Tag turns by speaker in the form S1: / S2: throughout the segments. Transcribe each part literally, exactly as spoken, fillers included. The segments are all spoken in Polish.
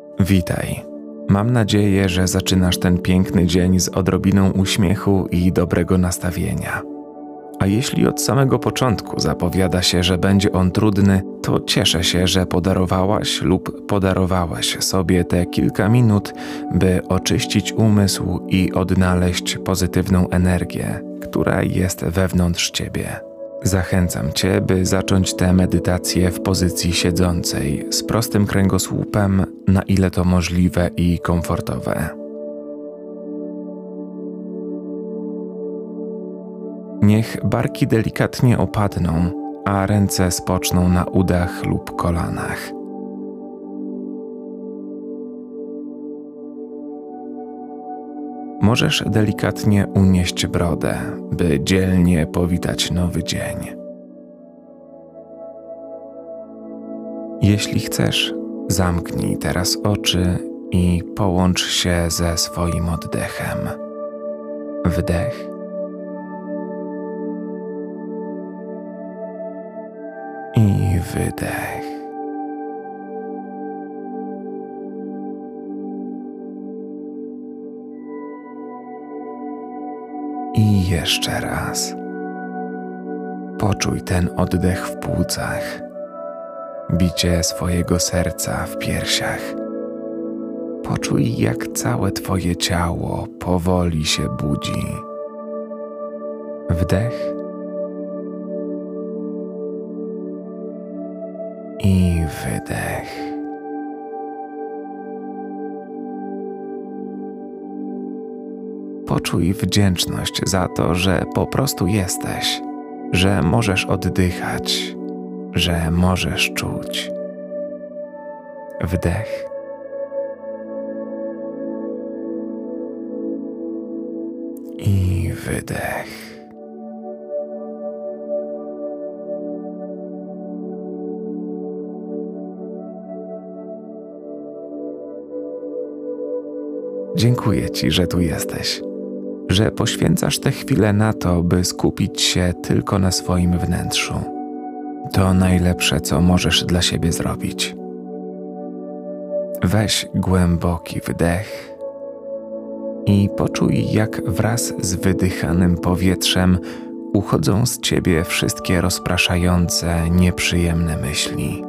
S1: Witaj. Mam nadzieję, że zaczynasz ten piękny dzień z odrobiną uśmiechu i dobrego nastawienia. A jeśli od samego początku zapowiada się, że będzie on trudny, to cieszę się, że podarowałaś lub podarowałeś sobie te kilka minut, by oczyścić umysł i odnaleźć pozytywną energię, która jest wewnątrz ciebie. Zachęcam cię, by zacząć tę medytację w pozycji siedzącej, z prostym kręgosłupem, na ile to możliwe i komfortowe. Niech barki delikatnie opadną, a ręce spoczną na udach lub kolanach. Możesz delikatnie unieść brodę, by dzielnie powitać nowy dzień. Jeśli chcesz, zamknij teraz oczy i połącz się ze swoim oddechem. Wdech i wydech. I jeszcze raz. Poczuj ten oddech w płucach, bicie swojego serca w piersiach. Poczuj, jak całe twoje ciało powoli się budzi. Wdech i wydech. Poczuj wdzięczność za to, że po prostu jesteś, że możesz oddychać, że możesz czuć. Wdech i wydech. Dziękuję ci, że tu jesteś, że poświęcasz tę chwilę na to, by skupić się tylko na swoim wnętrzu. To najlepsze, co możesz dla siebie zrobić. Weź głęboki wdech i poczuj, jak wraz z wydychanym powietrzem uchodzą z ciebie wszystkie rozpraszające, nieprzyjemne myśli.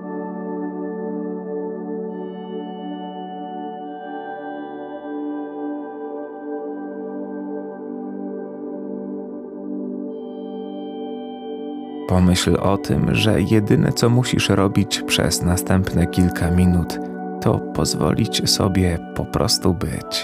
S1: Pomyśl o tym, że jedyne, co musisz robić przez następne kilka minut, to pozwolić sobie po prostu być.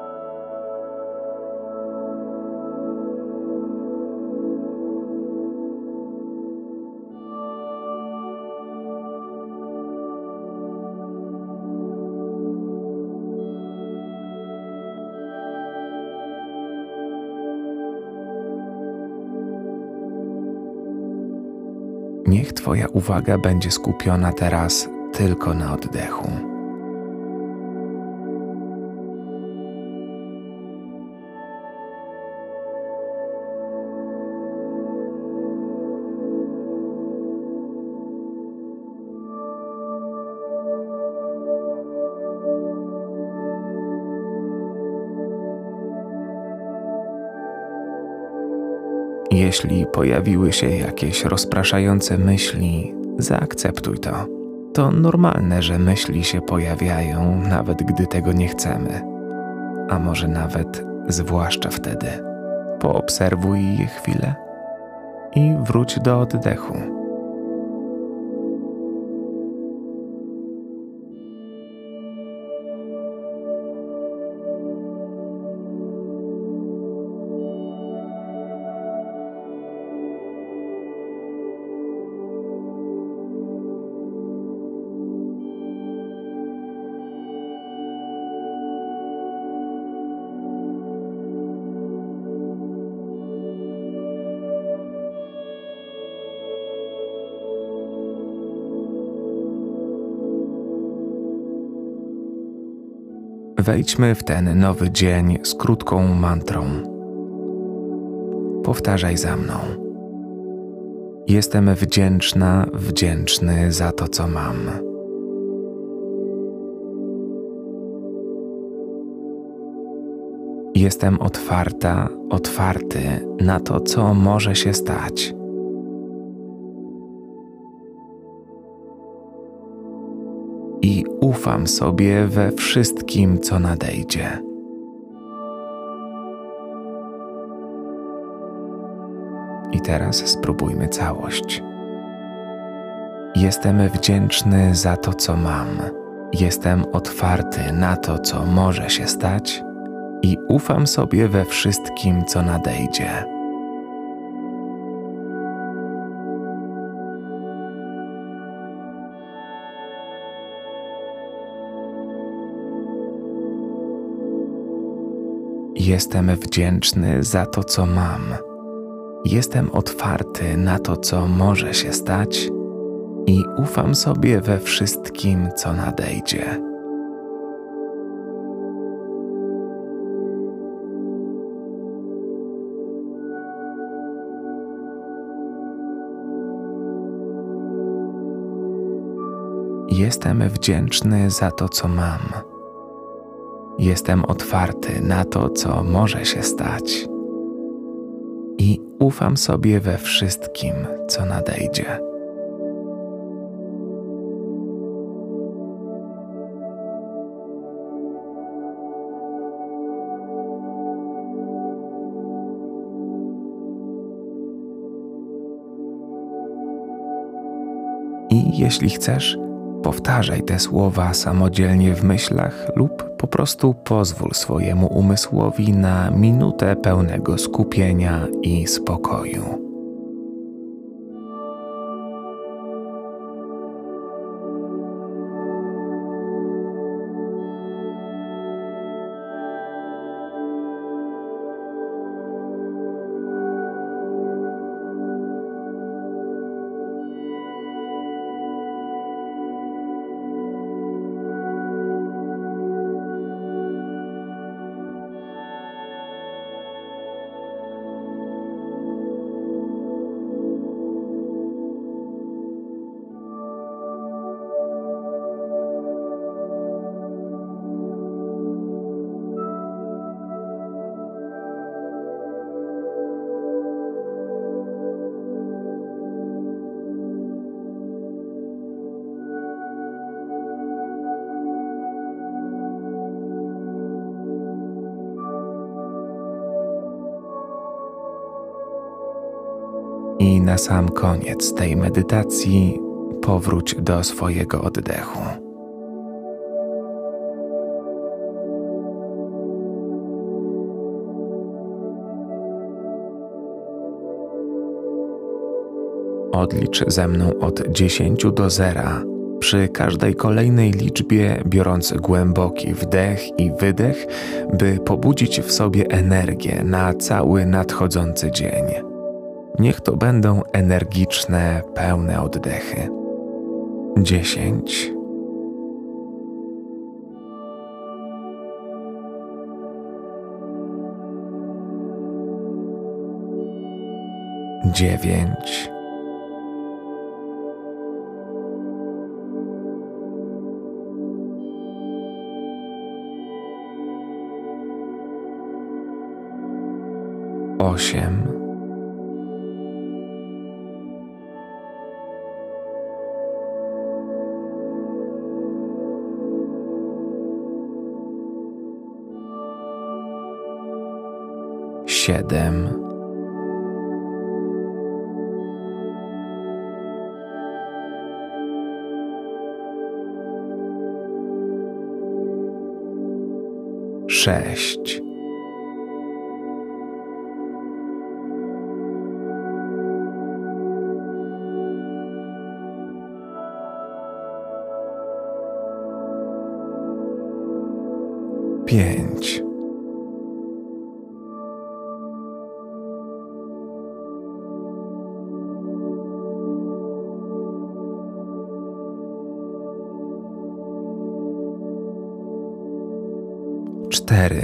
S1: Niech twoja uwaga będzie skupiona teraz tylko na oddechu. Jeśli pojawiły się jakieś rozpraszające myśli, zaakceptuj to. To normalne, że myśli się pojawiają, nawet gdy tego nie chcemy. A może nawet zwłaszcza wtedy. Poobserwuj je chwilę i wróć do oddechu. Wejdźmy w ten nowy dzień z krótką mantrą. Powtarzaj za mną. Jestem wdzięczna, wdzięczny za to, co mam. Jestem otwarta, otwarty na to, co może się stać. I ufam sobie we wszystkim, co nadejdzie. I teraz spróbujmy całość. Jestem wdzięczny za to, co mam. Jestem otwarty na to, co może się stać i ufam sobie we wszystkim, co nadejdzie. Jestem wdzięczny za to, co mam. Jestem otwarty na to, co może się stać i ufam sobie we wszystkim, co nadejdzie. Jestem wdzięczny za to, co mam. Jestem otwarty na to, co może się stać i ufam sobie we wszystkim, co nadejdzie. I jeśli chcesz, powtarzaj te słowa samodzielnie w myślach lub po prostu pozwól swojemu umysłowi na minutę pełnego skupienia i spokoju. I na sam koniec tej medytacji powróć do swojego oddechu. Odlicz ze mną od dziesięciu do zera. Przy każdej kolejnej liczbie biorąc głęboki wdech i wydech, by pobudzić w sobie energię na cały nadchodzący dzień. Niech to będą energiczne, pełne oddechy. Dziesięć. Dziewięć. Osiem. Siedem. Sześć. Pięć. Cztery.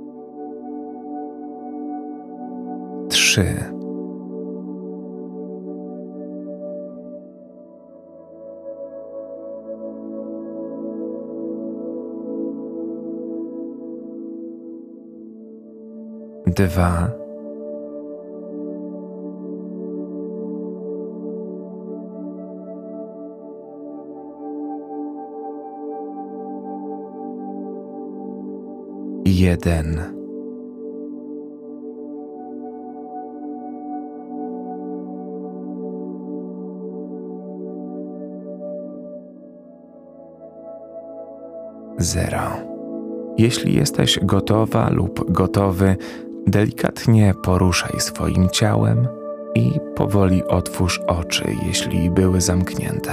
S1: Trzy. dwa, jeden. Zero. Jeśli jesteś gotowa lub gotowy, delikatnie poruszaj swoim ciałem i powoli otwórz oczy, jeśli były zamknięte.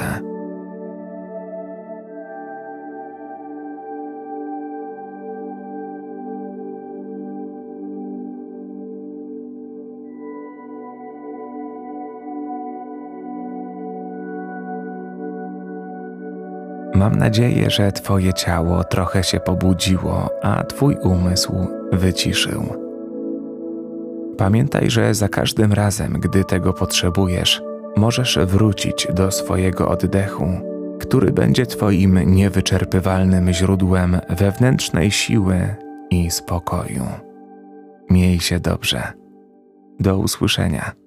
S1: Mam nadzieję, że Twoje ciało trochę się pobudziło, a Twój umysł wyciszył. Pamiętaj, że za każdym razem, gdy tego potrzebujesz, możesz wrócić do swojego oddechu, który będzie Twoim niewyczerpywalnym źródłem wewnętrznej siły i spokoju. Miej się dobrze. Do usłyszenia.